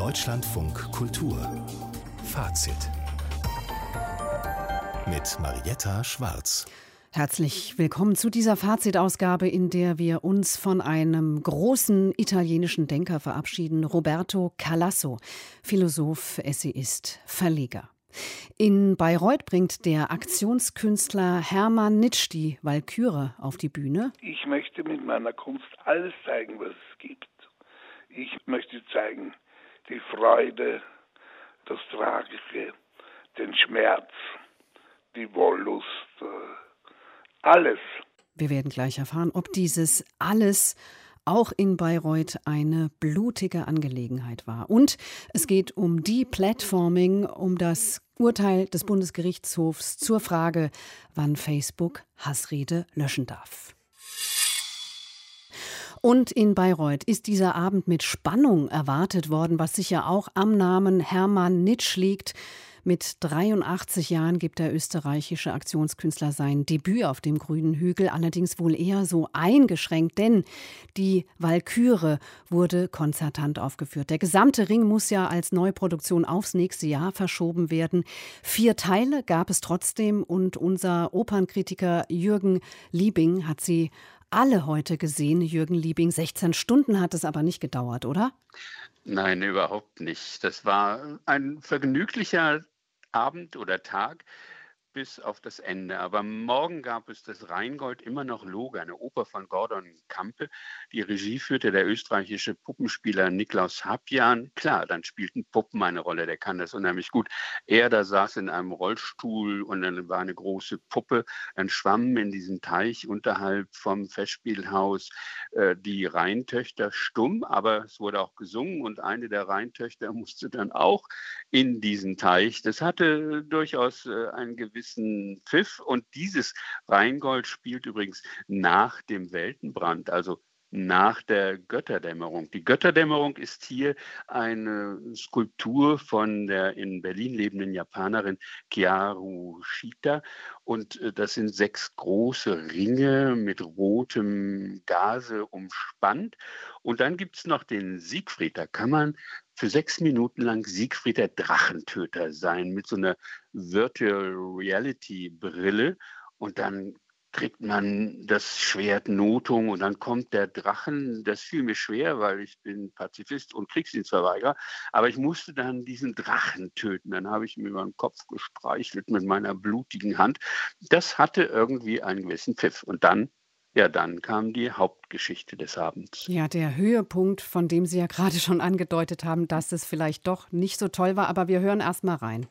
Deutschlandfunk Kultur Fazit mit Marietta Schwarz. Herzlich willkommen zu dieser Fazitausgabe, in der wir uns von einem großen italienischen Denker verabschieden, Roberto Calasso, Philosoph, Essayist, Verleger. In Bayreuth bringt der Aktionskünstler Hermann Nitsch die Walküre auf die Bühne. Ich möchte mit meiner Kunst alles zeigen, was es gibt. Ich möchte zeigen die Freude, das Tragische, den Schmerz, die Wollust, alles. Wir werden gleich erfahren, ob dieses alles auch in Bayreuth eine blutige Angelegenheit war. Und es geht um Deplatforming, um das Urteil des Bundesgerichtshofs zur Frage, wann Facebook Hassrede löschen darf. Und in Bayreuth ist dieser Abend mit Spannung erwartet worden, was sicher auch am Namen Hermann Nitsch liegt. Mit 83 Jahren gibt der österreichische Aktionskünstler sein Debüt auf dem Grünen Hügel, allerdings wohl eher so eingeschränkt, denn die Walküre wurde konzertant aufgeführt. Der gesamte Ring muss ja als Neuproduktion aufs nächste Jahr verschoben werden. 4 Teile gab es trotzdem und unser Opernkritiker Jürgen Liebing hat sie alle heute gesehen. Jürgen Liebing, 16 Stunden hat es aber nicht gedauert, oder? Nein, überhaupt nicht. Das war ein vergnüglicher Abend oder Tag bis auf das Ende. Aber morgen gab es das Rheingold immer noch Loge, eine Oper von Gordon Campe. Die Regie führte der österreichische Puppenspieler Niklaus Habjan. Klar, dann spielten Puppen eine Rolle, der kann das unheimlich gut. Er da saß in einem Rollstuhl und dann war eine große Puppe. Dann schwammen in diesem Teich unterhalb vom Festspielhaus die Rheintöchter stumm, aber es wurde auch gesungen und eine der Rheintöchter musste dann auch in diesen Teich. Das hatte durchaus einen gewissen Pfiff und dieses Rheingold spielt übrigens nach dem Weltenbrand, also nach der Götterdämmerung. Die Götterdämmerung ist hier eine Skulptur von der in Berlin lebenden Japanerin Kiharu Shita und das sind 6 große Ringe mit rotem Gase umspannt und dann gibt es noch den Siegfried, da kann man für 6 Minuten lang Siegfried der Drachentöter sein mit so einer Virtual Reality Brille und dann kriegt man das Schwert Notung und dann kommt der Drachen. Das fiel mir schwer, weil ich bin Pazifist und Kriegsdienstverweigerer. Aber ich musste dann diesen Drachen töten. Dann habe ich mir über den Kopf gestreichelt mit meiner blutigen Hand. Das hatte irgendwie einen gewissen Pfiff. Und dann kam die Hauptgeschichte des Abends. Ja, der Höhepunkt, von dem Sie ja gerade schon angedeutet haben, dass es vielleicht doch nicht so toll war. Aber wir hören erst mal rein.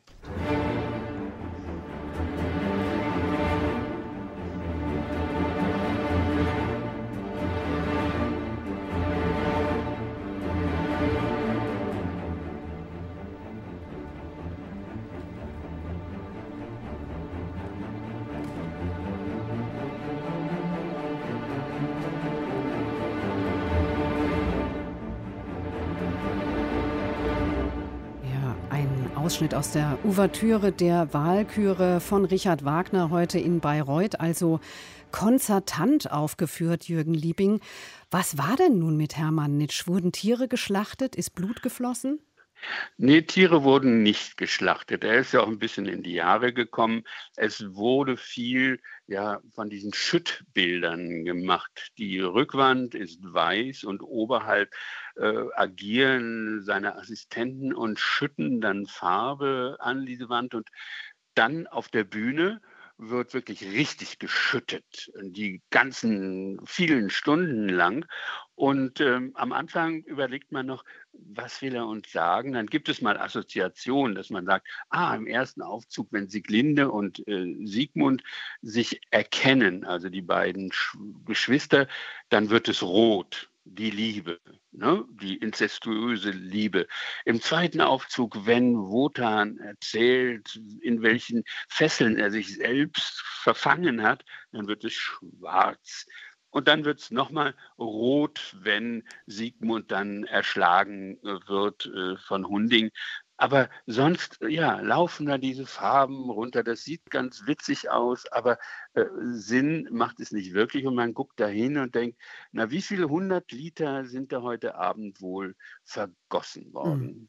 Ausschnitt aus der Ouvertüre der Walküre von Richard Wagner heute in Bayreuth, also konzertant aufgeführt, Jürgen Liebing. Was war denn nun mit Hermann Nitsch? Wurden Tiere geschlachtet? Ist Blut geflossen? Nee, Tiere wurden nicht geschlachtet. Er ist ja auch ein bisschen in die Jahre gekommen. Es wurde viel von diesen Schüttbildern gemacht. Die Rückwand ist weiß und oberhalb agieren seine Assistenten und schütten dann Farbe an diese Wand. Und dann auf der Bühne wird wirklich richtig geschüttet, die ganzen vielen Stunden lang. Und am Anfang überlegt man noch, was will er uns sagen? Dann gibt es mal Assoziationen, dass man sagt, im ersten Aufzug, wenn Sieglinde und Siegmund sich erkennen, also die beiden Geschwister, dann wird es rot. Die Liebe, ne? Die inzestuöse Liebe. Im zweiten Aufzug, wenn Wotan erzählt, in welchen Fesseln er sich selbst verfangen hat, dann wird es schwarz. Und dann wird es nochmal rot, wenn Siegmund dann erschlagen wird von Hunding. Aber sonst, laufen da diese Farben runter. Das sieht ganz witzig aus, aber Sinn macht es nicht wirklich. Und man guckt da hin und denkt, wie viele 100 Liter sind da heute Abend wohl vergossen worden?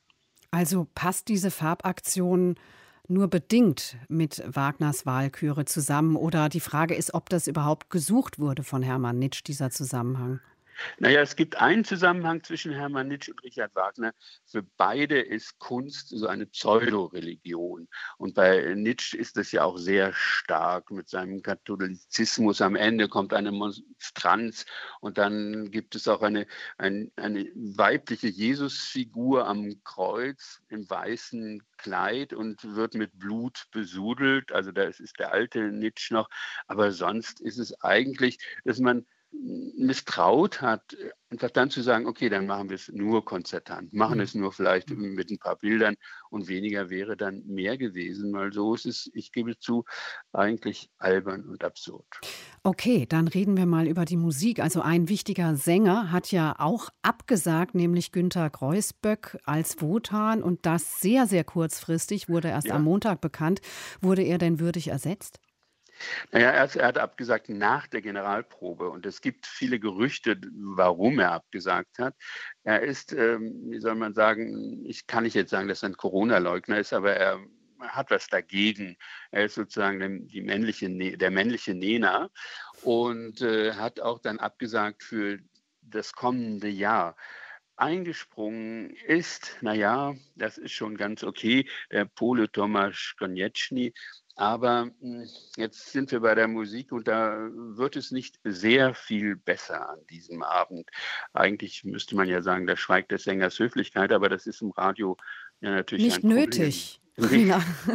Also passt diese Farbaktion nur bedingt mit Wagners Walküre zusammen? Oder die Frage ist, ob das überhaupt gesucht wurde von Hermann Nitsch, dieser Zusammenhang? Naja, es gibt einen Zusammenhang zwischen Hermann Nitsch und Richard Wagner. Für beide ist Kunst so eine Pseudoreligion. Und bei Nitsch ist es ja auch sehr stark mit seinem Katholizismus. Am Ende kommt eine Monstranz und dann gibt es auch eine weibliche Jesusfigur am Kreuz im weißen Kleid und wird mit Blut besudelt. Also das ist der alte Nitsch noch. Aber sonst ist es eigentlich, dass man misstraut hat, einfach dann zu sagen, okay, dann machen wir es nur konzertant, machen es nur vielleicht mit ein paar Bildern und weniger wäre dann mehr gewesen, weil so ist es, ich gebe zu, eigentlich albern und absurd. Okay, dann reden wir mal über die Musik. Also ein wichtiger Sänger hat ja auch abgesagt, nämlich Günter Greusböck als Wotan und das sehr, sehr kurzfristig, wurde erst am Montag bekannt. Wurde er denn würdig ersetzt? Naja, er hat abgesagt nach der Generalprobe und es gibt viele Gerüchte, warum er abgesagt hat. Er ist, wie soll man sagen, ich kann nicht jetzt sagen, dass er ein Corona-Leugner ist, aber er hat was dagegen. Er ist sozusagen der männliche Nena und hat auch dann abgesagt für das kommende Jahr. Eingesprungen ist, naja, das ist schon ganz okay, der Pole Tomasz Konieczny. Aber jetzt sind wir bei der Musik und da wird es nicht sehr viel besser an diesem Abend. Eigentlich müsste man ja sagen, da schweigt des Sängers Höflichkeit, aber das ist im Radio ja natürlich nicht ein nötig. Problem.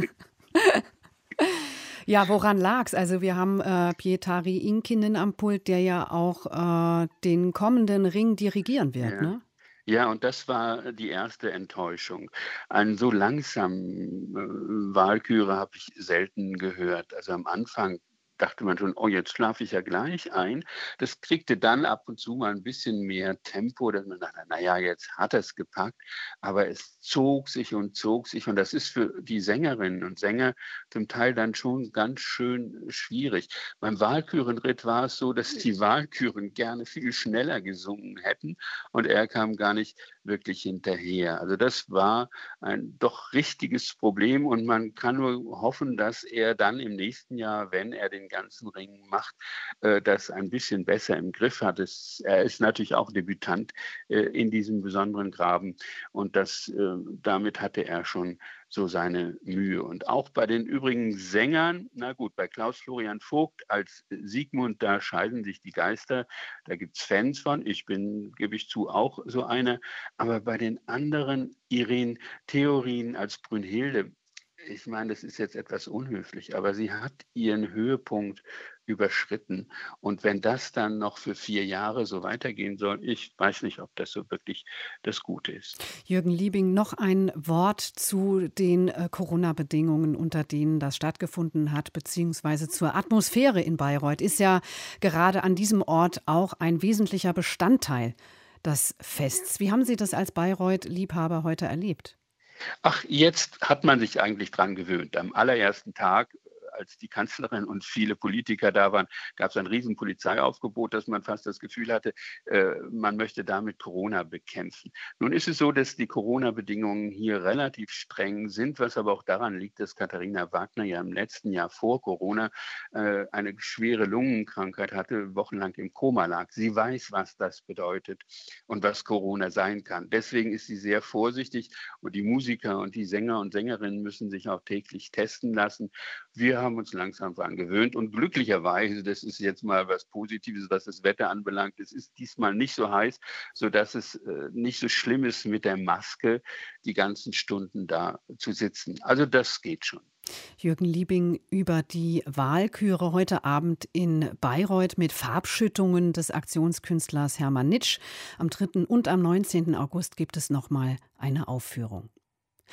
Ja, woran lag's? Also wir haben Pietari Inkinen am Pult, der ja auch den kommenden Ring dirigieren wird, Ja. ne? Ja, und das war die erste Enttäuschung. Einen so langsamen Walküre habe ich selten gehört. Also am Anfang dachte man schon, oh, jetzt schlafe ich ja gleich ein. Das kriegte dann ab und zu mal ein bisschen mehr Tempo, dass man dachte, naja, jetzt hat er es gepackt. Aber es zog sich und das ist für die Sängerinnen und Sänger zum Teil dann schon ganz schön schwierig. Beim Walkürenritt war es so, dass die Walküren gerne viel schneller gesungen hätten und er kam gar nicht wirklich hinterher. Also das war ein doch richtiges Problem und man kann nur hoffen, dass er dann im nächsten Jahr, wenn er den ganzen Ring macht, das ein bisschen besser im Griff hat. Er ist natürlich auch Debütant in diesem besonderen Graben und damit hatte er schon so seine Mühe. Und auch bei den übrigen Sängern, na gut, bei Klaus Florian Vogt als Siegmund, da scheiden sich die Geister. Da gibt es Fans von. Ich bin, gebe ich zu, auch so einer. Aber bei den anderen, Irene Theorin als Brünnhilde, ich meine, das ist jetzt etwas unhöflich, aber sie hat ihren Höhepunkt überschritten. Und wenn das dann noch für 4 Jahre so weitergehen soll, ich weiß nicht, ob das so wirklich das Gute ist. Jürgen Liebing, noch ein Wort zu den Corona-Bedingungen, unter denen das stattgefunden hat, beziehungsweise zur Atmosphäre in Bayreuth. Ist ja gerade an diesem Ort auch ein wesentlicher Bestandteil des Fests. Wie haben Sie das als Bayreuth-Liebhaber heute erlebt? Ach, jetzt hat man sich eigentlich dran gewöhnt. Am allerersten Tag, als die Kanzlerin und viele Politiker da waren, gab es ein riesen Polizeiaufgebot, dass man fast das Gefühl hatte, man möchte damit Corona bekämpfen. Nun ist es so, dass die Corona-Bedingungen hier relativ streng sind, was aber auch daran liegt, dass Katharina Wagner ja im letzten Jahr vor Corona eine schwere Lungenkrankheit hatte, wochenlang im Koma lag. Sie weiß, was das bedeutet und was Corona sein kann. Deswegen ist sie sehr vorsichtig und die Musiker und die Sänger und Sängerinnen müssen sich auch täglich testen lassen. Wir haben uns langsam daran gewöhnt und glücklicherweise, das ist jetzt mal was Positives, was das Wetter anbelangt, es ist diesmal nicht so heiß, sodass es nicht so schlimm ist, mit der Maske die ganzen Stunden da zu sitzen. Also das geht schon. Jürgen Liebing über die Walküre heute Abend in Bayreuth mit Farbschüttungen des Aktionskünstlers Hermann Nitsch. Am 3. und am 19. August gibt es nochmal eine Aufführung.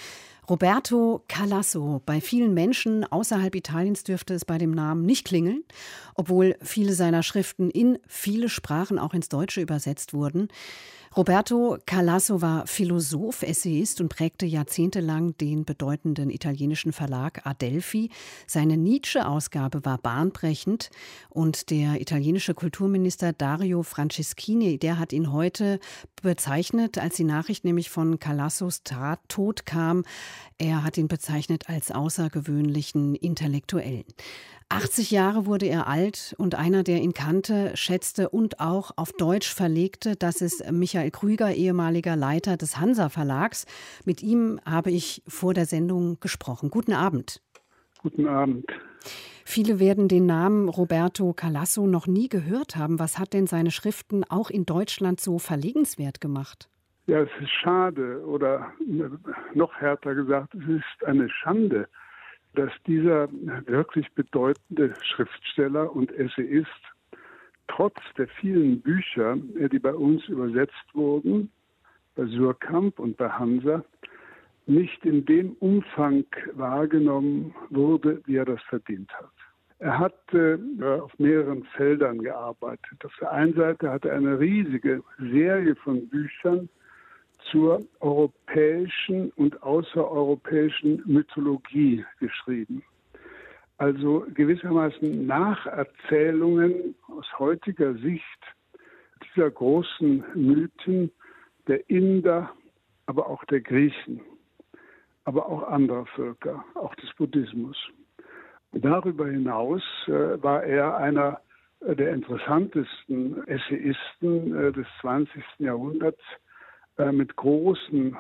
Roberto Calasso. Bei vielen Menschen außerhalb Italiens dürfte es bei dem Namen nicht klingeln, obwohl viele seiner Schriften in viele Sprachen, auch ins Deutsche, übersetzt wurden. Roberto Calasso war Philosoph, Essayist und prägte jahrzehntelang den bedeutenden italienischen Verlag Adelphi. Seine Nietzsche-Ausgabe war bahnbrechend und der italienische Kulturminister Dario Franceschini, der hat ihn heute bezeichnet, als die Nachricht nämlich von Calassos Tod kam. Er hat ihn bezeichnet als außergewöhnlichen Intellektuellen. 80 Jahre wurde er alt und einer, der ihn kannte, schätzte und auch auf Deutsch verlegte. Das ist Michael Krüger, ehemaliger Leiter des Hansa-Verlags. Mit ihm habe ich vor der Sendung gesprochen. Guten Abend. Guten Abend. Viele werden den Namen Roberto Calasso noch nie gehört haben. Was hat denn seine Schriften auch in Deutschland so verlegenswert gemacht? Ja, es ist schade oder noch härter gesagt, es ist eine Schande, dass dieser wirklich bedeutende Schriftsteller und Essayist trotz der vielen Bücher, die bei uns übersetzt wurden, bei Suhrkamp und bei Hansa, nicht in dem Umfang wahrgenommen wurde, wie er das verdient hat. Er hat auf mehreren Feldern gearbeitet. Auf der einen Seite hat er eine riesige Serie von Büchern zur europäischen und außereuropäischen Mythologie geschrieben. Also gewissermaßen Nacherzählungen aus heutiger Sicht dieser großen Mythen der Inder, aber auch der Griechen, aber auch anderer Völker, auch des Buddhismus. Darüber hinaus war er einer der interessantesten Essayisten des 20. Jahrhunderts, mit großen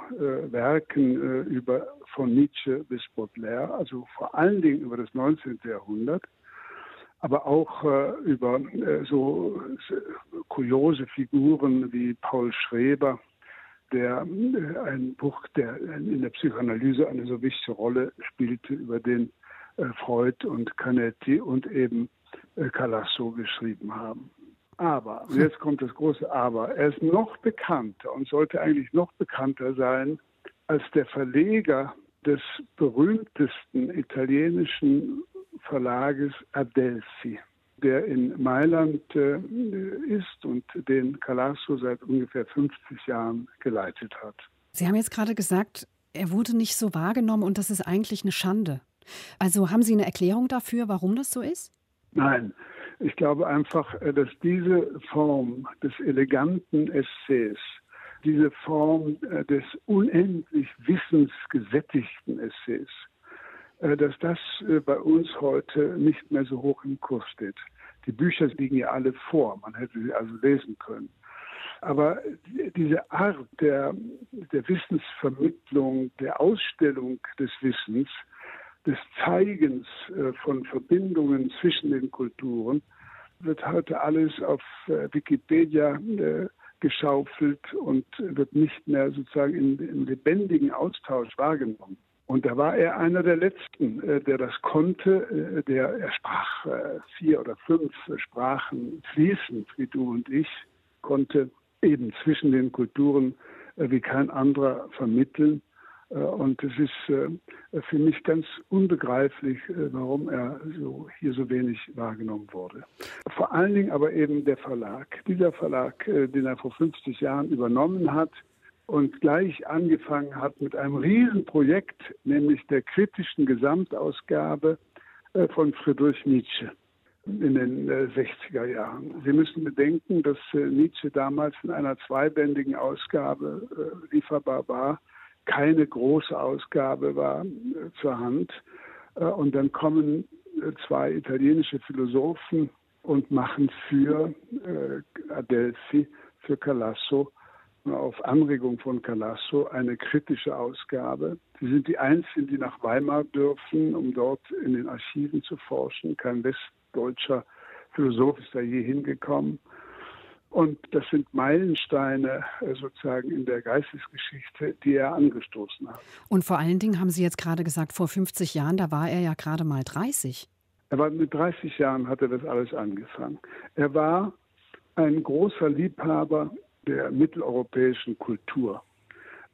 Werken von Nietzsche bis Baudelaire, also vor allen Dingen über das 19. Jahrhundert, aber auch über so kuriose Figuren wie Paul Schreber, der ein Buch, der in der Psychoanalyse eine so wichtige Rolle spielte, über den Freud und Canetti und eben Calasso geschrieben haben. Aber, und jetzt kommt das große Aber, er ist noch bekannter und sollte eigentlich noch bekannter sein als der Verleger des berühmtesten italienischen Verlages Adelphi, der in Mailand ist und den Calasso seit ungefähr 50 Jahren geleitet hat. Sie haben jetzt gerade gesagt, er wurde nicht so wahrgenommen und das ist eigentlich eine Schande. Also haben Sie eine Erklärung dafür, warum das so ist? Nein. Ich glaube einfach, dass diese Form des eleganten Essays, diese Form des unendlich wissensgesättigten Essays, dass das bei uns heute nicht mehr so hoch im Kurs steht. Die Bücher liegen ja alle vor, man hätte sie also lesen können. Aber diese Art der Wissensvermittlung, der Ausstellung des Wissens, des Zeigens von Verbindungen zwischen den Kulturen wird heute alles auf Wikipedia geschaufelt und wird nicht mehr sozusagen im lebendigen Austausch wahrgenommen. Und da war er einer der Letzten, der das konnte. Er sprach 4 oder 5 Sprachen fließend, wie du und ich, konnte eben zwischen den Kulturen wie kein anderer vermitteln. Und es ist für mich ganz unbegreiflich, warum er hier so wenig wahrgenommen wurde. Vor allen Dingen aber eben der Verlag. Dieser Verlag, den er vor 50 Jahren übernommen hat und gleich angefangen hat mit einem Riesenprojekt, nämlich der kritischen Gesamtausgabe von Friedrich Nietzsche in den 60er Jahren. Sie müssen bedenken, dass Nietzsche damals in einer 2-bändigen Ausgabe lieferbar war. Keine große Ausgabe war zur Hand. Und dann kommen 2 italienische Philosophen und machen für Adelphi, für Calasso, auf Anregung von Calasso, eine kritische Ausgabe. Sie sind die Einzigen, die nach Weimar dürfen, um dort in den Archiven zu forschen. Kein westdeutscher Philosoph ist da je hingekommen. Und das sind Meilensteine sozusagen in der Geistesgeschichte, die er angestoßen hat. Und vor allen Dingen haben Sie jetzt gerade gesagt, vor 50 Jahren, da war er ja gerade mal 30. Er war mit 30 Jahren hat er das alles angefangen. Er war ein großer Liebhaber der mitteleuropäischen Kultur.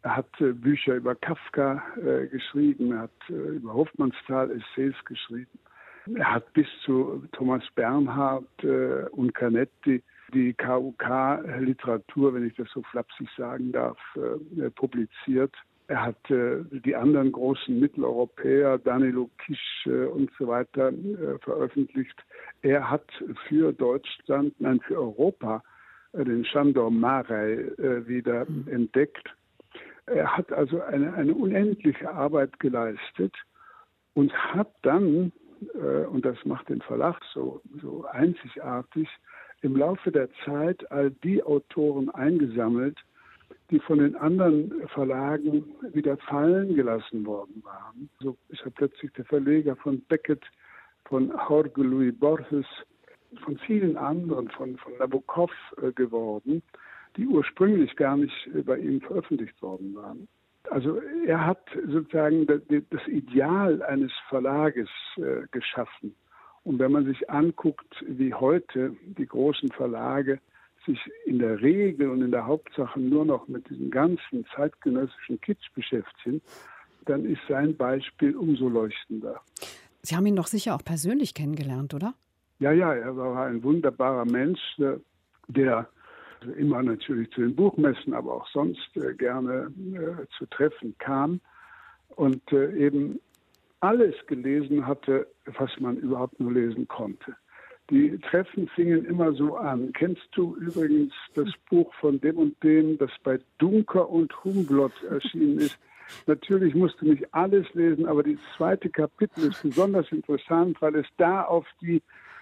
Er hat Bücher über Kafka geschrieben, er hat über Hofmannsthal Essays geschrieben. Er hat bis zu Thomas Bernhard und Canetti die KUK-Literatur, wenn ich das so flapsig sagen darf, publiziert. Er hat die anderen großen Mitteleuropäer, Danilo Kisch und so weiter, veröffentlicht. Er hat für Deutschland, nein, für Europa den Sándor Márai wieder entdeckt. Er hat also eine unendliche Arbeit geleistet und hat dann, und das macht den Verlag so einzigartig, im Laufe der Zeit all die Autoren eingesammelt, die von den anderen Verlagen wieder fallen gelassen worden waren. So ist er plötzlich der Verleger von Beckett, von Jorge Luis Borges, von vielen anderen, von Nabokov geworden, die ursprünglich gar nicht bei ihm veröffentlicht worden waren. Also er hat sozusagen das Ideal eines Verlages geschaffen. Und wenn man sich anguckt, wie heute die großen Verlage sich in der Regel und in der Hauptsache nur noch mit diesem ganzen zeitgenössischen Kitsch beschäftigen, dann ist sein Beispiel umso leuchtender. Sie haben ihn doch sicher auch persönlich kennengelernt, oder? Ja, er war ein wunderbarer Mensch, der immer natürlich zu den Buchmessen, aber auch sonst gerne zu Treffen kam und eben alles gelesen hatte, was man überhaupt nur lesen konnte. Die Treffen fingen immer so an. Kennst du übrigens das Buch von dem und dem, das bei Duncker und Humblot erschienen ist? Natürlich musst du nicht alles lesen, aber das zweite Kapitel ist besonders interessant, weil es da auf die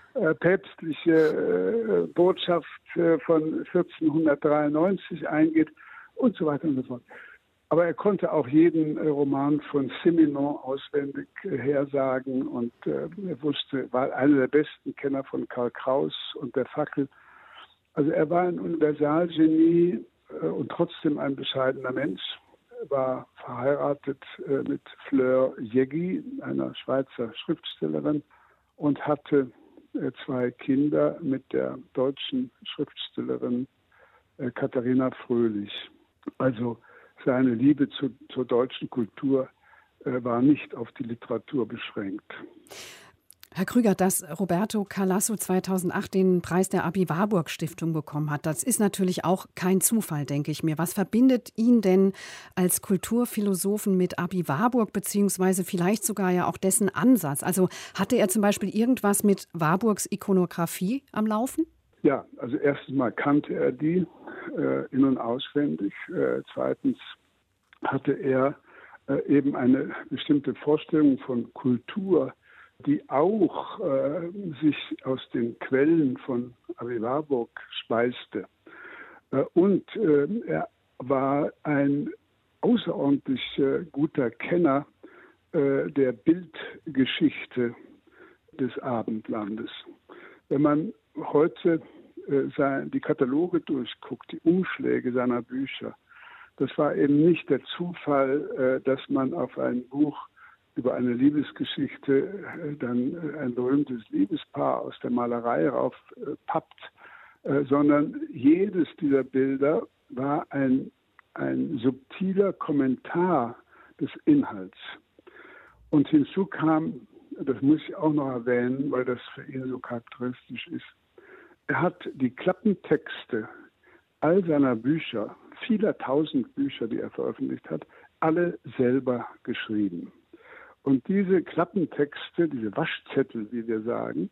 päpstliche Botschaft von 1493 eingeht und so weiter und so fort. Aber er konnte auch jeden Roman von Simenon auswendig hersagen und er war einer der besten Kenner von Karl Kraus und der Fackel. Also er war ein Universalgenie und trotzdem ein bescheidener Mensch. Er war verheiratet mit Fleur Jeggi, einer Schweizer Schriftstellerin, und hatte 2 Kinder mit der deutschen Schriftstellerin Katharina Fröhlich. Also seine Liebe zur deutschen Kultur war nicht auf die Literatur beschränkt. Herr Krüger, dass Roberto Calasso 2008 den Preis der Abi-Warburg-Stiftung bekommen hat, das ist natürlich auch kein Zufall, denke ich mir. Was verbindet ihn denn als Kulturphilosophen mit Abi-Warburg, beziehungsweise vielleicht sogar ja auch dessen Ansatz? Also hatte er zum Beispiel irgendwas mit Warburgs Ikonografie am Laufen? Ja, also erstens mal kannte er die in- und auswendig. Zweitens hatte er eben eine bestimmte Vorstellung von Kultur, die auch sich aus den Quellen von Abi Warburg speiste. Und er war ein außerordentlich guter Kenner der Bildgeschichte des Abendlandes. Wenn man heute die Kataloge durchguckt, die Umschläge seiner Bücher, das war eben nicht der Zufall, dass man auf ein Buch über eine Liebesgeschichte dann ein berühmtes Liebespaar aus der Malerei raufpappt, sondern jedes dieser Bilder war ein subtiler Kommentar des Inhalts. Und hinzu kam, das muss ich auch noch erwähnen, weil das für ihn so charakteristisch ist, er hat die Klappentexte all seiner Bücher, vieler tausend Bücher, die er veröffentlicht hat, alle selber geschrieben. Und diese Klappentexte, diese Waschzettel, wie wir sagen,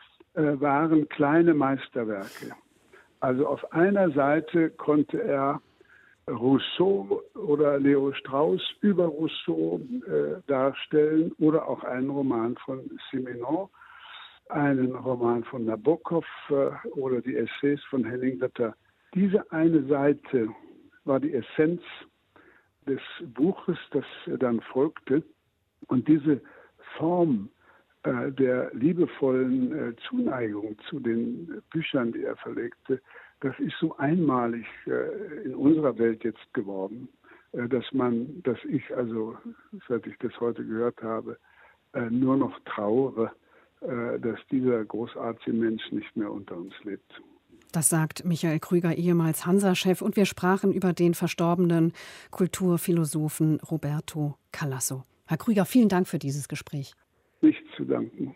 waren kleine Meisterwerke. Also auf einer Seite konnte er Rousseau oder Leo Strauss über Rousseau darstellen oder auch einen Roman von Simenon, einen Roman von Nabokov oder die Essays von Henning Wetter. Diese eine Seite war die Essenz des Buches, das dann folgte. Und diese Form der liebevollen Zuneigung zu den Büchern, die er verlegte, das ist so einmalig in unserer Welt jetzt geworden, dass ich also, seit ich das heute gehört habe, nur noch trauere, dass dieser großartige Mensch nicht mehr unter uns lebt. Das sagt Michael Krüger, ehemals Hansa-Chef. Und wir sprachen über den verstorbenen Kulturphilosophen Roberto Calasso. Herr Krüger, vielen Dank für dieses Gespräch. Nichts zu danken.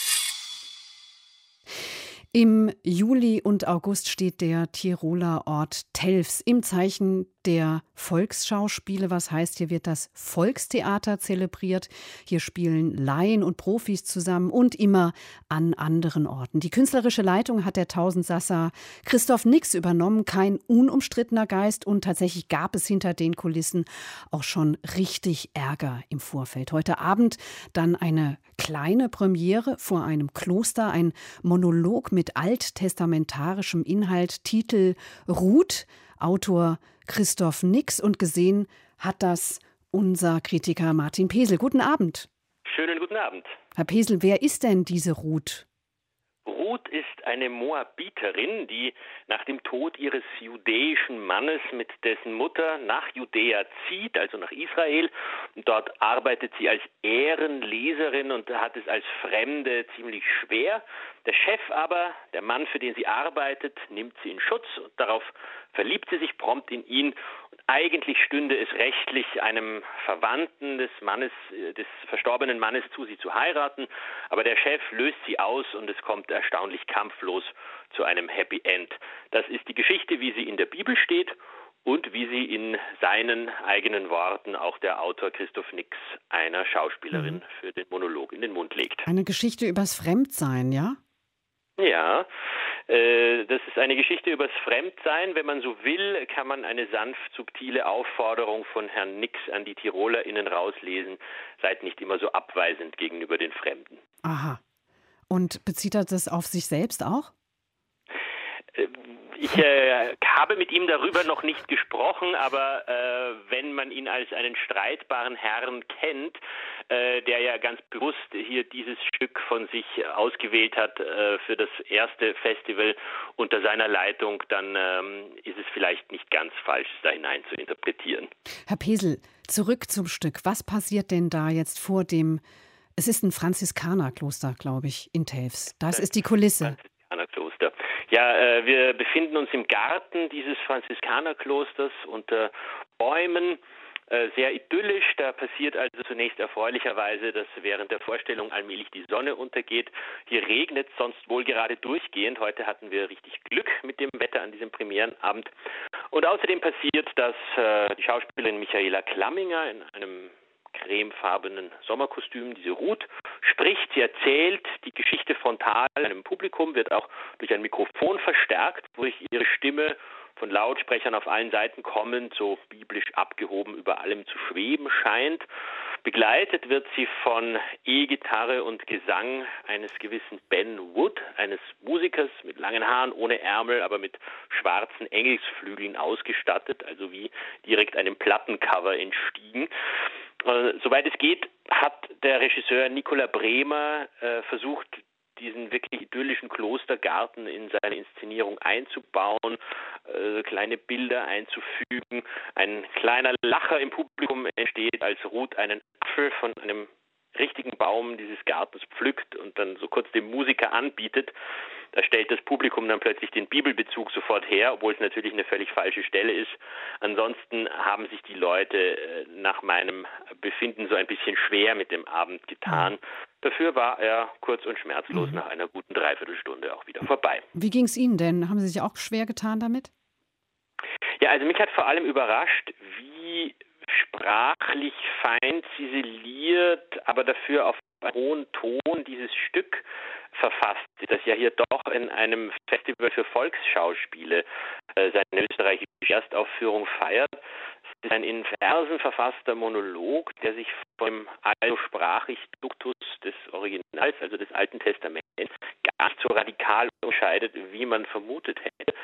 Im Juli und August steht der Tiroler Ort Telfs im Zeichen der Volksschauspiele. Was heißt, hier wird das Volkstheater zelebriert. Hier spielen Laien und Profis zusammen und immer an anderen Orten. Die künstlerische Leitung hat der Tausendsasser Christoph Nix übernommen. Kein unumstrittener Geist, und tatsächlich gab es hinter den Kulissen auch schon richtig Ärger im Vorfeld. Heute Abend dann eine kleine Premiere vor einem Kloster, ein Monolog mit alttestamentarischem Inhalt, Titel Ruth, Autor Christoph Nix, und gesehen hat das unser Kritiker Martin Pesel. Guten Abend. Schönen guten Abend. Herr Pesel, wer ist denn diese Ruth? Ruth ist eine Moabiterin, die nach dem Tod ihres jüdischen Mannes mit dessen Mutter nach Judäa zieht, also nach Israel. Und dort arbeitet sie als Ehrenleserin und hat es als Fremde ziemlich schwer. Der Chef aber, der Mann, für den sie arbeitet, nimmt sie in Schutz, und darauf verliebt sie sich prompt in ihn. Und eigentlich stünde es rechtlich einem Verwandten des verstorbenen Mannes zu, sie zu heiraten. Aber der Chef löst sie aus und es kommt erstaunlich kampflos zu einem Happy End. Das ist die Geschichte, wie sie in der Bibel steht und wie sie in seinen eigenen Worten auch der Autor Christoph Nix einer Schauspielerin für den Monolog in den Mund legt. Eine Geschichte übers Fremdsein, ja? Ja, das ist eine Geschichte übers Fremdsein. Wenn man so will, kann man eine sanft subtile Aufforderung von Herrn Nix an die TirolerInnen rauslesen: Seid nicht immer so abweisend gegenüber den Fremden. Aha. Und bezieht er das auf sich selbst auch? Ich habe mit ihm darüber noch nicht gesprochen, aber wenn man ihn als einen streitbaren Herrn kennt, der ja ganz bewusst hier dieses Stück von sich ausgewählt hat für das erste Festival unter seiner Leitung, dann ist es vielleicht nicht ganz falsch, da hinein zu interpretieren. Herr Pesel, zurück zum Stück. Was passiert denn da jetzt vor dem, es ist ein Franziskanerkloster, glaube ich, in Telfs. Das ist die Kulisse. Franziskanerkloster. Ja, wir befinden uns im Garten dieses Franziskanerklosters unter Bäumen. Sehr idyllisch. Da passiert also zunächst erfreulicherweise, dass während der Vorstellung allmählich die Sonne untergeht. Hier regnet es sonst wohl gerade durchgehend. Heute hatten wir richtig Glück mit dem Wetter an diesem Premierenabend. Und außerdem passiert, dass die Schauspielerin Michaela Klamminger in einem cremefarbenen Sommerkostüm, diese Ruth, spricht. Sie erzählt die Geschichte frontal einem Publikum, wird auch durch ein Mikrofon verstärkt, wodurch ihre Stimme von Lautsprechern auf allen Seiten kommend, so biblisch abgehoben über allem zu schweben scheint. Begleitet wird sie von E-Gitarre und Gesang eines gewissen Ben Wood, eines Musikers mit langen Haaren, ohne Ärmel, aber mit schwarzen Engelsflügeln ausgestattet, also wie direkt einem Plattencover entstiegen. Soweit es geht, hat der Regisseur Nicola Bremer versucht, diesen wirklich idyllischen Klostergarten in seine Inszenierung einzubauen, kleine Bilder einzufügen. Ein kleiner Lacher im Publikum entsteht, als Ruth einen Apfel von einem richtigen Baum dieses Gartens pflückt und dann so kurz dem Musiker anbietet. Da stellt das Publikum dann plötzlich den Bibelbezug sofort her, obwohl es natürlich eine völlig falsche Stelle ist. Ansonsten haben sich die Leute nach meinem Befinden so ein bisschen schwer mit dem Abend getan. Dafür war er kurz und schmerzlos nach einer guten Dreiviertelstunde auch wieder vorbei. Wie ging es Ihnen denn? Haben Sie sich auch schwer getan damit? Ja, also mich hat vor allem überrascht, wie sprachlich fein ziseliert, aber dafür auf einen hohen Ton dieses Stück verfasst ist, das ja hier doch in einem Festival für Volksschauspiele seine österreichische Erstaufführung feiert. Es ist ein in Versen verfasster Monolog, der sich vom allosprachlichen Duktus des Originals, also des Alten Testaments, gar nicht so radikal unterscheidet, wie man vermutet hätte.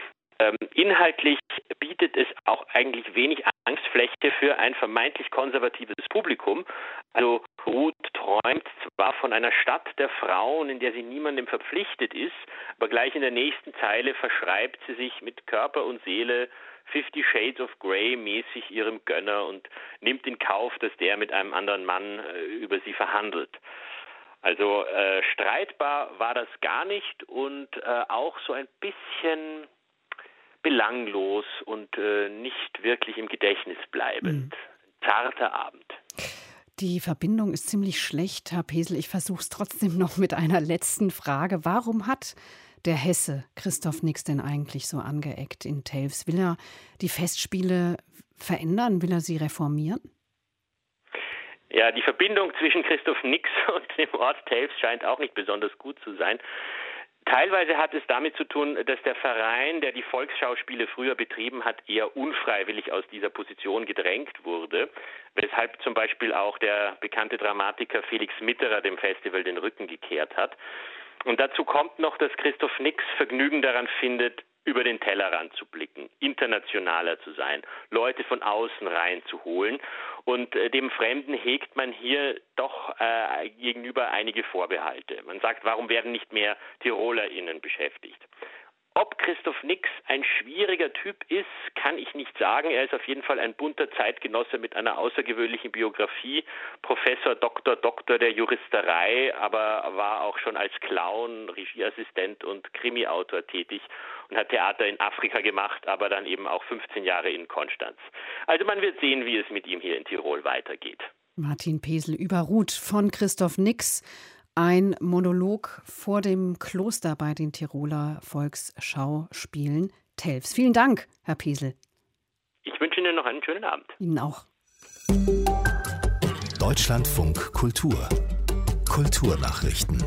Inhaltlich bietet es auch eigentlich wenig Angstfläche für ein vermeintlich konservatives Publikum. Also Ruth träumt zwar von einer Stadt der Frauen, in der sie niemandem verpflichtet ist, aber gleich in der nächsten Zeile verschreibt sie sich mit Körper und Seele 50 Shades of Grey mäßig ihrem Gönner und nimmt in Kauf, dass der mit einem anderen Mann über sie verhandelt. Also streitbar war das gar nicht und auch so ein bisschen belanglos und nicht wirklich im Gedächtnis bleibend. Zarter Abend. Die Verbindung ist ziemlich schlecht, Herr Pesel. Ich versuche es trotzdem noch mit einer letzten Frage. Warum hat der Hesse Christoph Nix denn eigentlich so angeeckt in Telfs? Will er die Festspiele verändern? Will er sie reformieren? Ja, die Verbindung zwischen Christoph Nix und dem Ort Telfs scheint auch nicht besonders gut zu sein. Teilweise hat es damit zu tun, dass der Verein, der die Volksschauspiele früher betrieben hat, eher unfreiwillig aus dieser Position gedrängt wurde, weshalb zum Beispiel auch der bekannte Dramatiker Felix Mitterer dem Festival den Rücken gekehrt hat. Und dazu kommt noch, dass Christoph Nix Vergnügen daran findet, über den Tellerrand zu blicken, internationaler zu sein, Leute von außen reinzuholen. Und dem Fremden hegt man hier doch gegenüber einige Vorbehalte. Man sagt, warum werden nicht mehr TirolerInnen beschäftigt? Ob Christoph Nix ein schwieriger Typ ist, kann ich nicht sagen. Er ist auf jeden Fall ein bunter Zeitgenosse mit einer außergewöhnlichen Biografie. Professor, Doktor der Juristerei, aber war auch schon als Clown, Regieassistent und Krimiautor tätig und hat Theater in Afrika gemacht, aber dann eben auch 15 Jahre in Konstanz. Also man wird sehen, wie es mit ihm hier in Tirol weitergeht. Martin Pesel über Ruth von Christoph Nix. Ein Monolog vor dem Kloster bei den Tiroler Volksschauspielen Telfs. Vielen Dank, Herr Pesel. Ich wünsche Ihnen noch einen schönen Abend. Ihnen auch. Deutschlandfunk Kultur. Kulturnachrichten.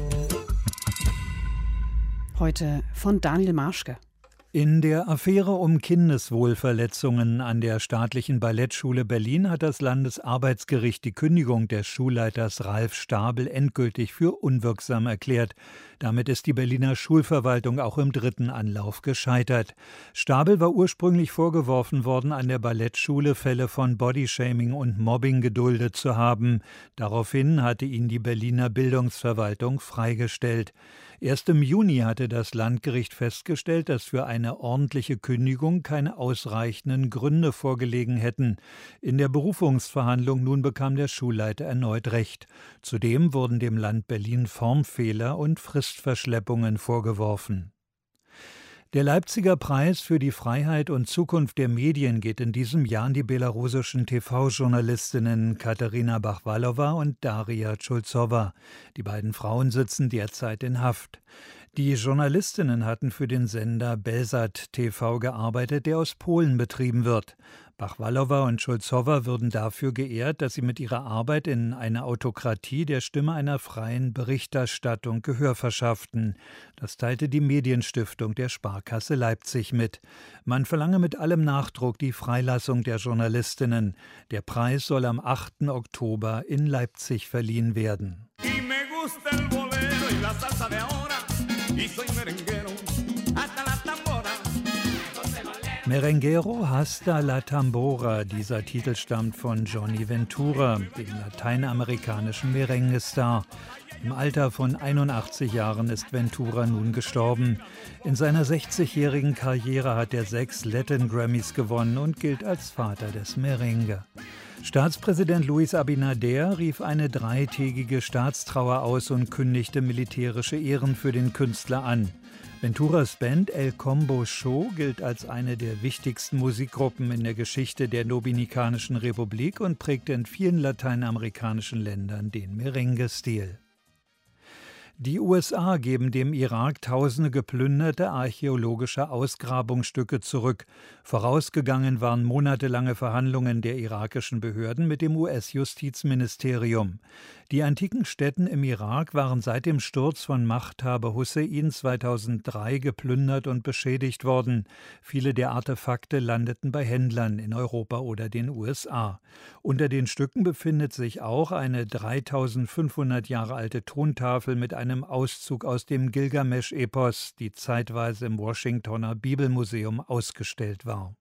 Heute von Daniel Marschke. In der Affäre um Kindeswohlverletzungen an der staatlichen Ballettschule Berlin hat das Landesarbeitsgericht die Kündigung des Schulleiters Ralf Stabel endgültig für unwirksam erklärt. Damit ist die Berliner Schulverwaltung auch im dritten Anlauf gescheitert. Stabel war ursprünglich vorgeworfen worden, an der Ballettschule Fälle von Bodyshaming und Mobbing geduldet zu haben. Daraufhin hatte ihn die Berliner Bildungsverwaltung freigestellt. Erst im Juni hatte das Landgericht festgestellt, dass für eine ordentliche Kündigung keine ausreichenden Gründe vorgelegen hätten. In der Berufungsverhandlung nun bekam der Schulleiter erneut Recht. Zudem wurden dem Land Berlin Formfehler und Fristverschleppungen vorgeworfen. Der Leipziger Preis für die Freiheit und Zukunft der Medien geht in diesem Jahr an die belarussischen TV-Journalistinnen Katerina Bachwalowa und Daria Chulzowa. Die beiden Frauen sitzen derzeit in Haft. Die Journalistinnen hatten für den Sender Belsat TV gearbeitet, der aus Polen betrieben wird. Bachwalowa und Chulzowa würden dafür geehrt, dass sie mit ihrer Arbeit in einer Autokratie der Stimme einer freien Berichterstattung Gehör verschafften. Das teilte die Medienstiftung der Sparkasse Leipzig mit. Man verlange mit allem Nachdruck die Freilassung der Journalistinnen. Der Preis soll am 8. Oktober in Leipzig verliehen werden. Merenguero hasta la tambora, dieser Titel stammt von Johnny Ventura, dem lateinamerikanischen Merengue-Star. Im Alter von 81 Jahren ist Ventura nun gestorben. In seiner 60-jährigen Karriere hat er 6 Latin Grammys gewonnen und gilt als Vater des Merengue. Staatspräsident Luis Abinader rief eine 3-tägige Staatstrauer aus und kündigte militärische Ehren für den Künstler an. Venturas Band El Combo Show gilt als eine der wichtigsten Musikgruppen in der Geschichte der Dominikanischen Republik und prägte in vielen lateinamerikanischen Ländern den Merengue-Stil. Die USA geben dem Irak tausende geplünderte archäologische Ausgrabungsstücke zurück. Vorausgegangen waren monatelange Verhandlungen der irakischen Behörden mit dem US-Justizministerium. Die antiken Stätten im Irak waren seit dem Sturz von Machthaber Hussein 2003 geplündert und beschädigt worden. Viele der Artefakte landeten bei Händlern in Europa oder den USA. Unter den Stücken befindet sich auch eine 3500 Jahre alte Tontafel mit einem Auszug aus dem Gilgamesch-Epos, die zeitweise im Washingtoner Bibelmuseum ausgestellt war.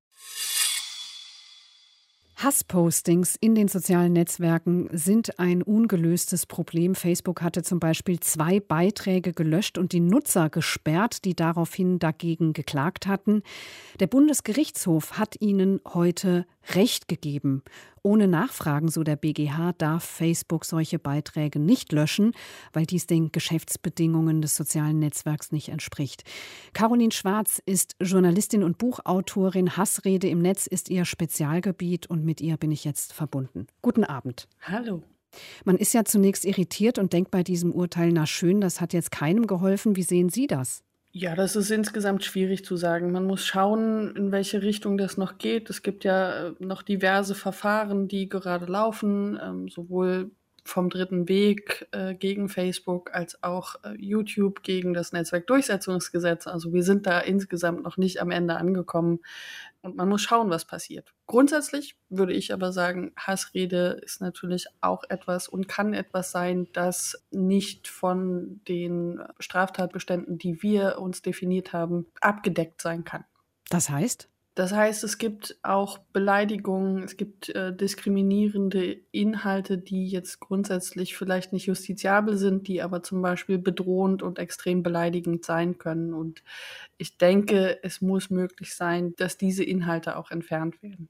Hasspostings in den sozialen Netzwerken sind ein ungelöstes Problem. Facebook hatte zum Beispiel 2 Beiträge gelöscht und die Nutzer gesperrt, die daraufhin dagegen geklagt hatten. Der Bundesgerichtshof hat ihnen heute Recht gegeben. Ohne Nachfragen, so der BgH, darf Facebook solche Beiträge nicht löschen, weil dies den Geschäftsbedingungen des sozialen Netzwerks nicht entspricht. Caroline Schwarz ist Journalistin und Buchautorin. Hassrede im Netz ist ihr Spezialgebiet und mit ihr bin ich jetzt verbunden. Guten Abend. Hallo. Man ist ja zunächst irritiert und denkt bei diesem Urteil, na schön, das hat jetzt keinem geholfen. Wie sehen Sie das? Ja, das ist insgesamt schwierig zu sagen. Man muss schauen, in welche Richtung das noch geht. Es gibt ja noch diverse Verfahren, die gerade laufen, sowohl vom Dritten Weg gegen Facebook als auch YouTube gegen das Netzwerkdurchsetzungsgesetz. Also wir sind da insgesamt noch nicht am Ende angekommen und man muss schauen, was passiert. Grundsätzlich würde ich aber sagen, Hassrede ist natürlich auch etwas und kann etwas sein, das nicht von den Straftatbeständen, die wir uns definiert haben, abgedeckt sein kann. Das heißt? Das heißt, es gibt auch Beleidigungen, es gibt diskriminierende Inhalte, die jetzt grundsätzlich vielleicht nicht justiziabel sind, die aber zum Beispiel bedrohend und extrem beleidigend sein können. Und ich denke, es muss möglich sein, dass diese Inhalte auch entfernt werden.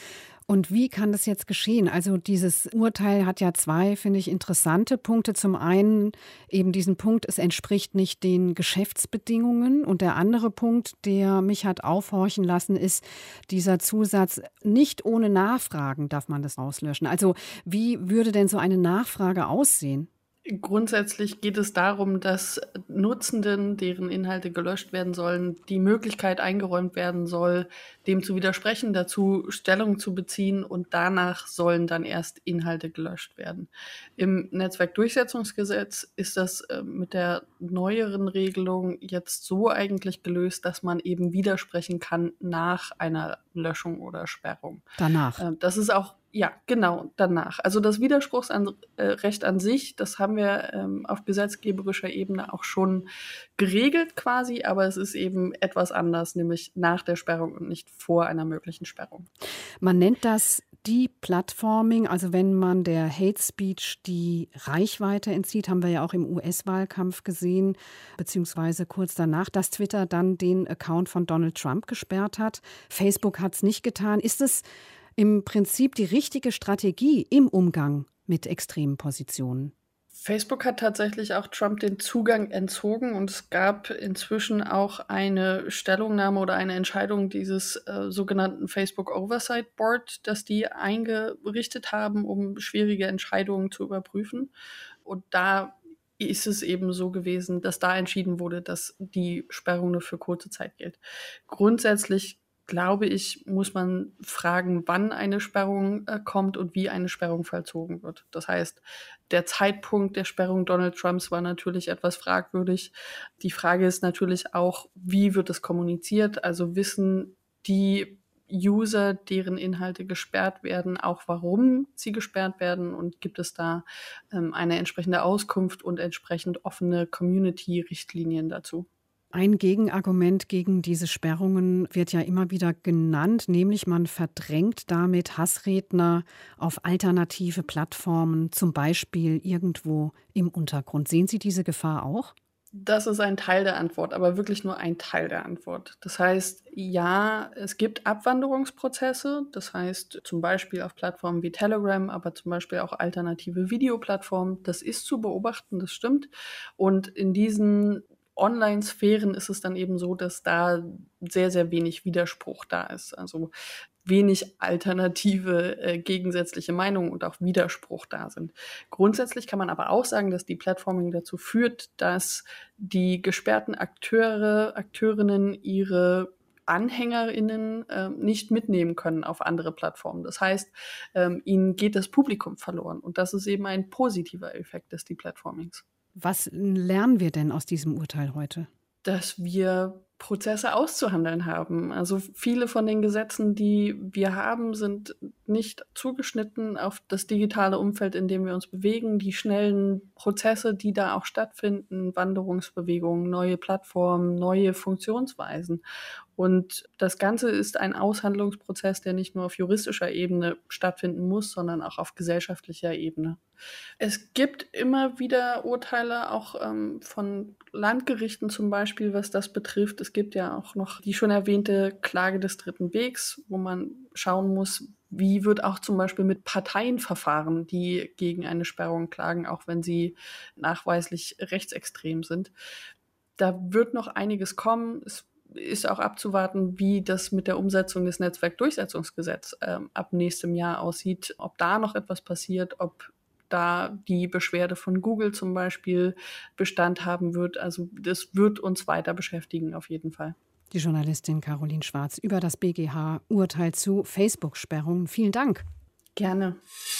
Und wie kann das jetzt geschehen? Also dieses Urteil hat ja zwei, finde ich, interessante Punkte. Zum einen eben diesen Punkt, es entspricht nicht den Geschäftsbedingungen. Und der andere Punkt, der mich hat aufhorchen lassen, ist dieser Zusatz, nicht ohne Nachfragen darf man das auslöschen. Also wie würde denn so eine Nachfrage aussehen? Grundsätzlich geht es darum, dass Nutzenden, deren Inhalte gelöscht werden sollen, die Möglichkeit eingeräumt werden soll, dem zu widersprechen, dazu Stellung zu beziehen und danach sollen dann erst Inhalte gelöscht werden. Im Netzwerkdurchsetzungsgesetz ist das mit der neueren Regelung jetzt so eigentlich gelöst, dass man eben widersprechen kann nach einer Löschung oder Sperrung. Danach. Das ist auch Ja, genau, danach. Also das Widerspruchsrecht an sich, das haben wir auf gesetzgeberischer Ebene auch schon geregelt quasi, aber es ist eben etwas anders, nämlich nach der Sperrung und nicht vor einer möglichen Sperrung. Man nennt das Deplatforming, also wenn man der Hate Speech die Reichweite entzieht, haben wir ja auch im US-Wahlkampf gesehen, beziehungsweise kurz danach, dass Twitter dann den Account von Donald Trump gesperrt hat. Facebook hat es nicht getan. Ist es im Prinzip die richtige Strategie im Umgang mit extremen Positionen? Facebook hat tatsächlich auch Trump den Zugang entzogen und es gab inzwischen auch eine Stellungnahme oder eine Entscheidung dieses sogenannten Facebook Oversight Board, das die eingerichtet haben, um schwierige Entscheidungen zu überprüfen. Und da ist es eben so gewesen, dass da entschieden wurde, dass die Sperrung nur für kurze Zeit gilt. Grundsätzlich glaube ich, muss man fragen, wann eine Sperrung kommt und wie eine Sperrung vollzogen wird. Das heißt, der Zeitpunkt der Sperrung Donald Trumps war natürlich etwas fragwürdig. Die Frage ist natürlich auch, wie wird es kommuniziert? Also wissen die User, deren Inhalte gesperrt werden, auch warum sie gesperrt werden? Und gibt es da eine entsprechende Auskunft und entsprechend offene Community-Richtlinien dazu? Ein Gegenargument gegen diese Sperrungen wird ja immer wieder genannt, nämlich man verdrängt damit Hassredner auf alternative Plattformen, zum Beispiel irgendwo im Untergrund. Sehen Sie diese Gefahr auch? Das ist ein Teil der Antwort, aber wirklich nur ein Teil der Antwort. Das heißt, ja, es gibt Abwanderungsprozesse, das heißt zum Beispiel auf Plattformen wie Telegram, aber zum Beispiel auch alternative Videoplattformen. Das ist zu beobachten, das stimmt. Und in diesen Online-Sphären ist es dann eben so, dass da sehr, sehr wenig Widerspruch da ist. Also wenig alternative gegensätzliche Meinungen und auch Widerspruch da sind. Grundsätzlich kann man aber auch sagen, dass die Platforming dazu führt, dass die gesperrten Akteurinnen ihre AnhängerInnen nicht mitnehmen können auf andere Plattformen. Das heißt, ihnen geht das Publikum verloren. Und das ist eben ein positiver Effekt des Deplatformings. Was lernen wir denn aus diesem Urteil heute? Dass wir Prozesse auszuhandeln haben. Also viele von den Gesetzen, die wir haben, sind nicht zugeschnitten auf das digitale Umfeld, in dem wir uns bewegen. Die schnellen Prozesse, die da auch stattfinden, Wanderungsbewegungen, neue Plattformen, neue Funktionsweisen. Und das Ganze ist ein Aushandlungsprozess, der nicht nur auf juristischer Ebene stattfinden muss, sondern auch auf gesellschaftlicher Ebene. Es gibt immer wieder Urteile, auch von Landgerichten zum Beispiel, was das betrifft. Es gibt ja auch noch die schon erwähnte Klage des Dritten Wegs, wo man schauen muss, Wie wird auch zum Beispiel mit Parteien verfahren, die gegen eine Sperrung klagen, auch wenn sie nachweislich rechtsextrem sind? Da wird noch einiges kommen. Es ist auch abzuwarten, wie das mit der Umsetzung des Netzwerkdurchsetzungsgesetzes ab nächstem Jahr aussieht, ob da noch etwas passiert, ob da die Beschwerde von Google zum Beispiel Bestand haben wird. Also das wird uns weiter beschäftigen, auf jeden Fall. Die Journalistin Caroline Schwarz über das BGH-Urteil zu Facebook-Sperrungen. Vielen Dank. Gerne.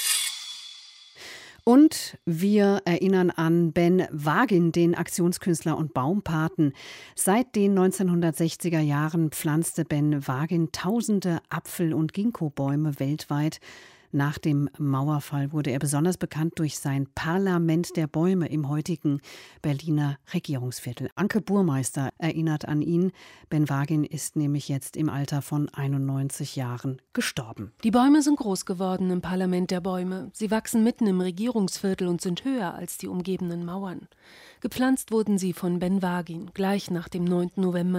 Und wir erinnern an Ben Wagin, den Aktionskünstler und Baumpaten. Seit den 1960er Jahren pflanzte Ben Wagin tausende Apfel- und Ginkgo-Bäume weltweit. Nach dem Mauerfall wurde er besonders bekannt durch sein Parlament der Bäume im heutigen Berliner Regierungsviertel. Anke Burmeister erinnert an ihn. Ben Wagin ist nämlich jetzt im Alter von 91 Jahren gestorben. Die Bäume sind groß geworden im Parlament der Bäume. Sie wachsen mitten im Regierungsviertel und sind höher als die umgebenden Mauern. Gepflanzt wurden sie von Ben Wagin, gleich nach dem 9. November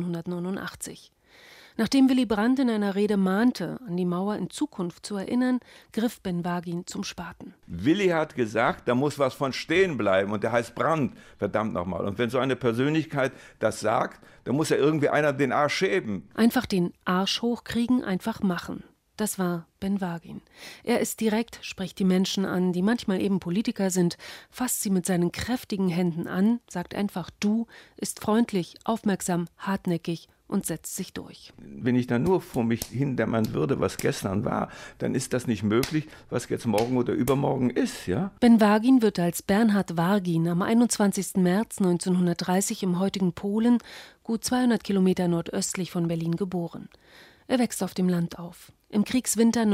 1989. Nachdem Willy Brandt in einer Rede mahnte, an die Mauer in Zukunft zu erinnern, griff Ben Wagin zum Spaten. Willy hat gesagt, da muss was von stehen bleiben und der heißt Brandt, verdammt nochmal. Und wenn so eine Persönlichkeit das sagt, dann muss ja irgendwie einer den Arsch heben. Einfach den Arsch hochkriegen, einfach machen. Das war Ben Wagin. Er ist direkt, spricht die Menschen an, die manchmal eben Politiker sind, fasst sie mit seinen kräftigen Händen an, sagt einfach du, ist freundlich, aufmerksam, hartnäckig und setzt sich durch. Wenn ich dann nur vor mich hindämmern würde, was gestern war, dann ist das nicht möglich, was jetzt morgen oder übermorgen ist, ja? Ben Wagin wird als Bernhard Wargin am 21. März 1930 im heutigen Polen, gut 200 Kilometer nordöstlich von Berlin, geboren. Er wächst auf dem Land auf. Im Kriegswinter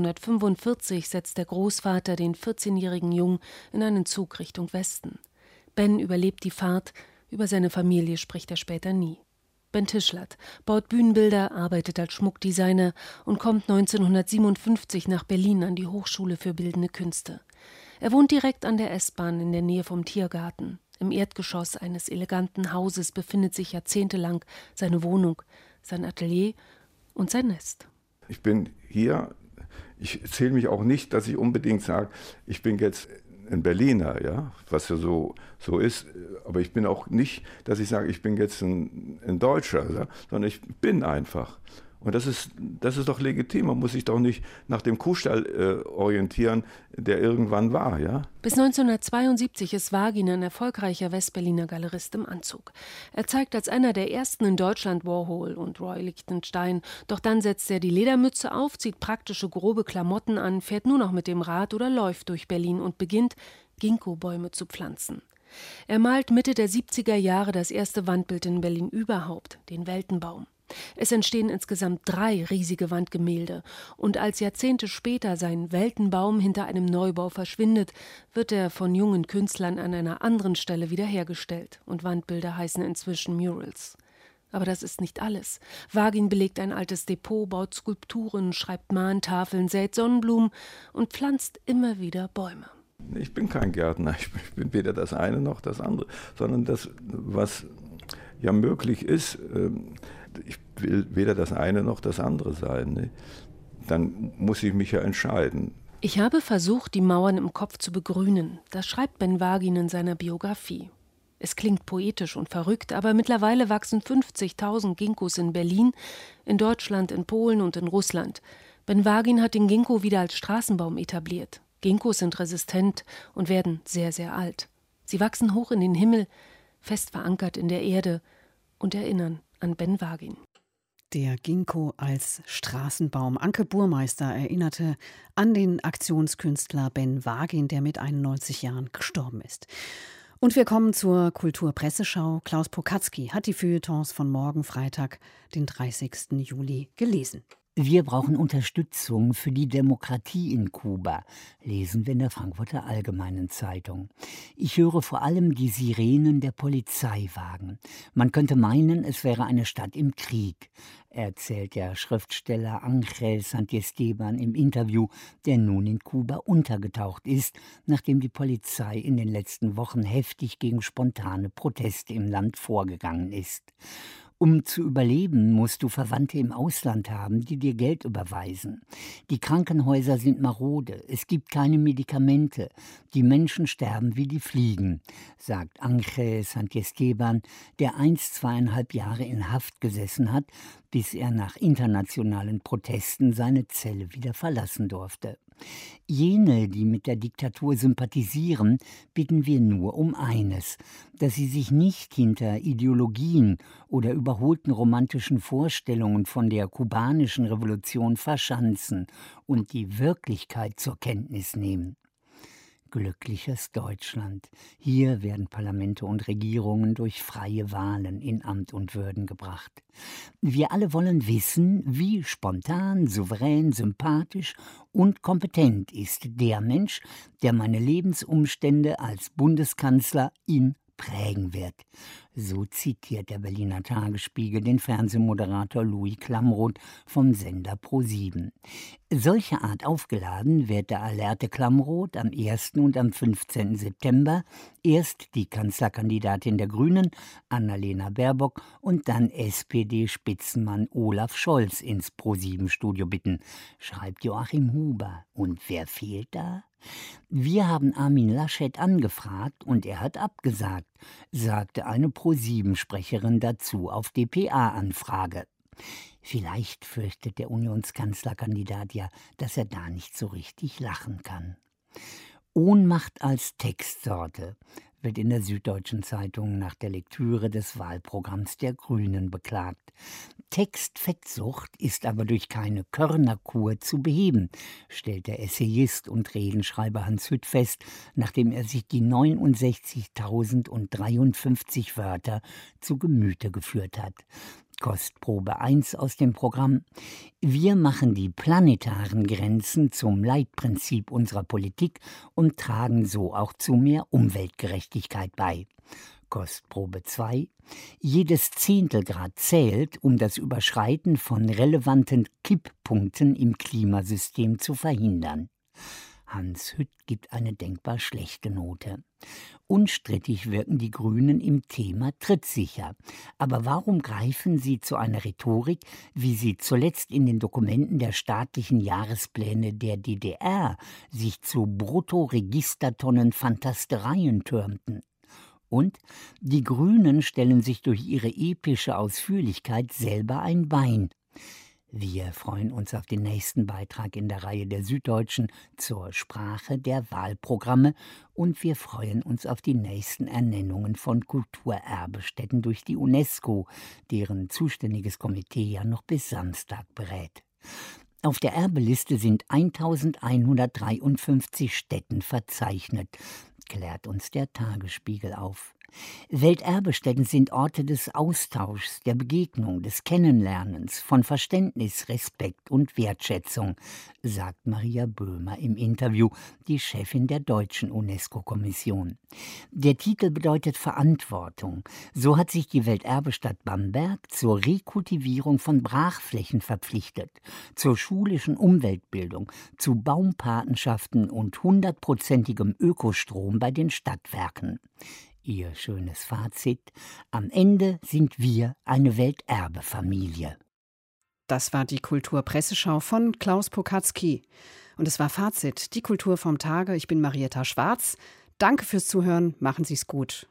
1945 setzt der Großvater den 14-jährigen Jungen in einen Zug Richtung Westen. Ben überlebt die Fahrt, über seine Familie spricht er später nie. Ben Tischlert baut Bühnenbilder, arbeitet als Schmuckdesigner und kommt 1957 nach Berlin an die Hochschule für Bildende Künste. Er wohnt direkt an der S-Bahn in der Nähe vom Tiergarten. Im Erdgeschoss eines eleganten Hauses befindet sich jahrzehntelang seine Wohnung, sein Atelier und sein Nest. Ich bin hier, ich zähle mich auch nicht, dass ich unbedingt sage, ich bin jetzt ein Berliner, ja, was ja so ist, aber ich bin auch nicht, dass ich sage, ich bin jetzt ein Deutscher, ja, sondern ich bin einfach. Und das ist doch legitim. Man muss sich doch nicht nach dem Kuhstall orientieren, der irgendwann war, ja. Bis 1972 ist Wagin ein erfolgreicher Westberliner Galerist im Anzug. Er zeigt als einer der ersten in Deutschland Warhol und Roy Lichtenstein. Doch dann setzt er die Ledermütze auf, zieht praktische grobe Klamotten an, fährt nur noch mit dem Rad oder läuft durch Berlin und beginnt, Ginkgo-Bäume zu pflanzen. Er malt Mitte der 70er Jahre das erste Wandbild in Berlin überhaupt, den Weltenbaum. Es entstehen insgesamt 3 riesige Wandgemälde. Und als Jahrzehnte später sein Weltenbaum hinter einem Neubau verschwindet, wird er von jungen Künstlern an einer anderen Stelle wiederhergestellt. Und Wandbilder heißen inzwischen Murals. Aber das ist nicht alles. Wagin belegt ein altes Depot, baut Skulpturen, schreibt Mahntafeln, sät Sonnenblumen und pflanzt immer wieder Bäume. Ich bin kein Gärtner, ich bin weder das eine noch das andere, sondern das, was ja möglich ist, ich will weder das eine noch das andere sein. Ne? Dann muss ich mich ja entscheiden. Ich habe versucht, die Mauern im Kopf zu begrünen. Das schreibt Ben Wagin in seiner Biografie. Es klingt poetisch und verrückt, aber mittlerweile wachsen 50.000 Ginkgos in Berlin, in Deutschland, in Polen und in Russland. Ben Wagin hat den Ginkgo wieder als Straßenbaum etabliert. Ginkgos sind resistent und werden sehr, sehr alt. Sie wachsen hoch in den Himmel, fest verankert in der Erde und erinnern an Ben Wagin. Der Ginkgo als Straßenbaum. Anke Burmeister erinnerte an den Aktionskünstler Ben Wagin, der mit 91 Jahren gestorben ist. Und wir kommen zur Kulturpresseschau. Klaus Pokatzky hat die Feuilletons von morgen Freitag, den 30. Juli, gelesen. Wir brauchen Unterstützung für die Demokratie in Kuba, lesen wir in der Frankfurter Allgemeinen Zeitung. Ich höre vor allem die Sirenen der Polizeiwagen. Man könnte meinen, es wäre eine Stadt im Krieg, erzählt der Schriftsteller Ángel Santiesteban im Interview, der nun in Kuba untergetaucht ist, nachdem die Polizei in den letzten Wochen heftig gegen spontane Proteste im Land vorgegangen ist. Um zu überleben, musst du Verwandte im Ausland haben, die dir Geld überweisen. Die Krankenhäuser sind marode, es gibt keine Medikamente, die Menschen sterben wie die Fliegen, sagt Ángel Santiesteban, der 2,5 Jahre in Haft gesessen hat, bis er nach internationalen Protesten seine Zelle wieder verlassen durfte. Jene, die mit der Diktatur sympathisieren, bitten wir nur um eines, dass sie sich nicht hinter Ideologien oder überholten romantischen Vorstellungen von der kubanischen Revolution verschanzen und die Wirklichkeit zur Kenntnis nehmen. Glückliches Deutschland. Hier werden Parlamente und Regierungen durch freie Wahlen in Amt und Würden gebracht. Wir alle wollen wissen, wie spontan, souverän, sympathisch und kompetent ist der Mensch, der meine Lebensumstände als Bundeskanzler prägen wird. So zitiert der Berliner Tagesspiegel den Fernsehmoderator Louis Klamroth vom Sender Pro7. Solche Art aufgeladen wird der alerte Klamroth am 1. und am 15. September erst die Kanzlerkandidatin der Grünen, Annalena Baerbock, und dann SPD-Spitzenmann Olaf Scholz ins Pro7-Studio bitten, schreibt Joachim Huber. Und wer fehlt da? Wir haben Armin Laschet angefragt und er hat abgesagt, sagte eine Pro7-Sprecherin dazu auf dpa-Anfrage. Vielleicht fürchtet der Unionskanzlerkandidat ja, dass er da nicht so richtig lachen kann. Ohnmacht als Textsorte wird in der Süddeutschen Zeitung nach der Lektüre des Wahlprogramms der Grünen beklagt. Textfettsucht ist aber durch keine Körnerkur zu beheben, stellt der Essayist und Redenschreiber Hans Hütt fest, nachdem er sich die 69.053 Wörter zu Gemüte geführt hat. Kostprobe 1 aus dem Programm: Wir machen die planetaren Grenzen zum Leitprinzip unserer Politik und tragen so auch zu mehr Umweltgerechtigkeit bei. Kostprobe 2: Jedes Zehntelgrad zählt, um das Überschreiten von relevanten Kipppunkten im Klimasystem zu verhindern. Hans Hütt gibt eine denkbar schlechte Note. Unstrittig wirken die Grünen im Thema trittsicher. Aber warum greifen sie zu einer Rhetorik, wie sie zuletzt in den Dokumenten der staatlichen Jahrespläne der DDR sich zu Bruttoregistertonnen Fantastereien türmten? Und die Grünen stellen sich durch ihre epische Ausführlichkeit selber ein Bein. Wir freuen uns auf den nächsten Beitrag in der Reihe der Süddeutschen zur Sprache der Wahlprogramme und wir freuen uns auf die nächsten Ernennungen von Kulturerbestätten durch die UNESCO, deren zuständiges Komitee ja noch bis Samstag berät. Auf der Erbeliste sind 1153 Stätten verzeichnet, klärt uns der Tagesspiegel auf. Welterbestätten sind Orte des Austauschs, der Begegnung, des Kennenlernens, von Verständnis, Respekt und Wertschätzung, sagt Maria Böhmer im Interview, die Chefin der deutschen UNESCO-Kommission. Der Titel bedeutet Verantwortung. So hat sich die Welterbestadt Bamberg zur Rekultivierung von Brachflächen verpflichtet, zur schulischen Umweltbildung, zu Baumpatenschaften und 100%igem Ökostrom bei den Stadtwerken. Ihr schönes Fazit: Am Ende sind wir eine Welterbefamilie. Das war die Kulturpresseschau von Klaus Pokatzky. Und es war Fazit, die Kultur vom Tage. Ich bin Marietta Schwarz. Danke fürs Zuhören. Machen Sie's gut.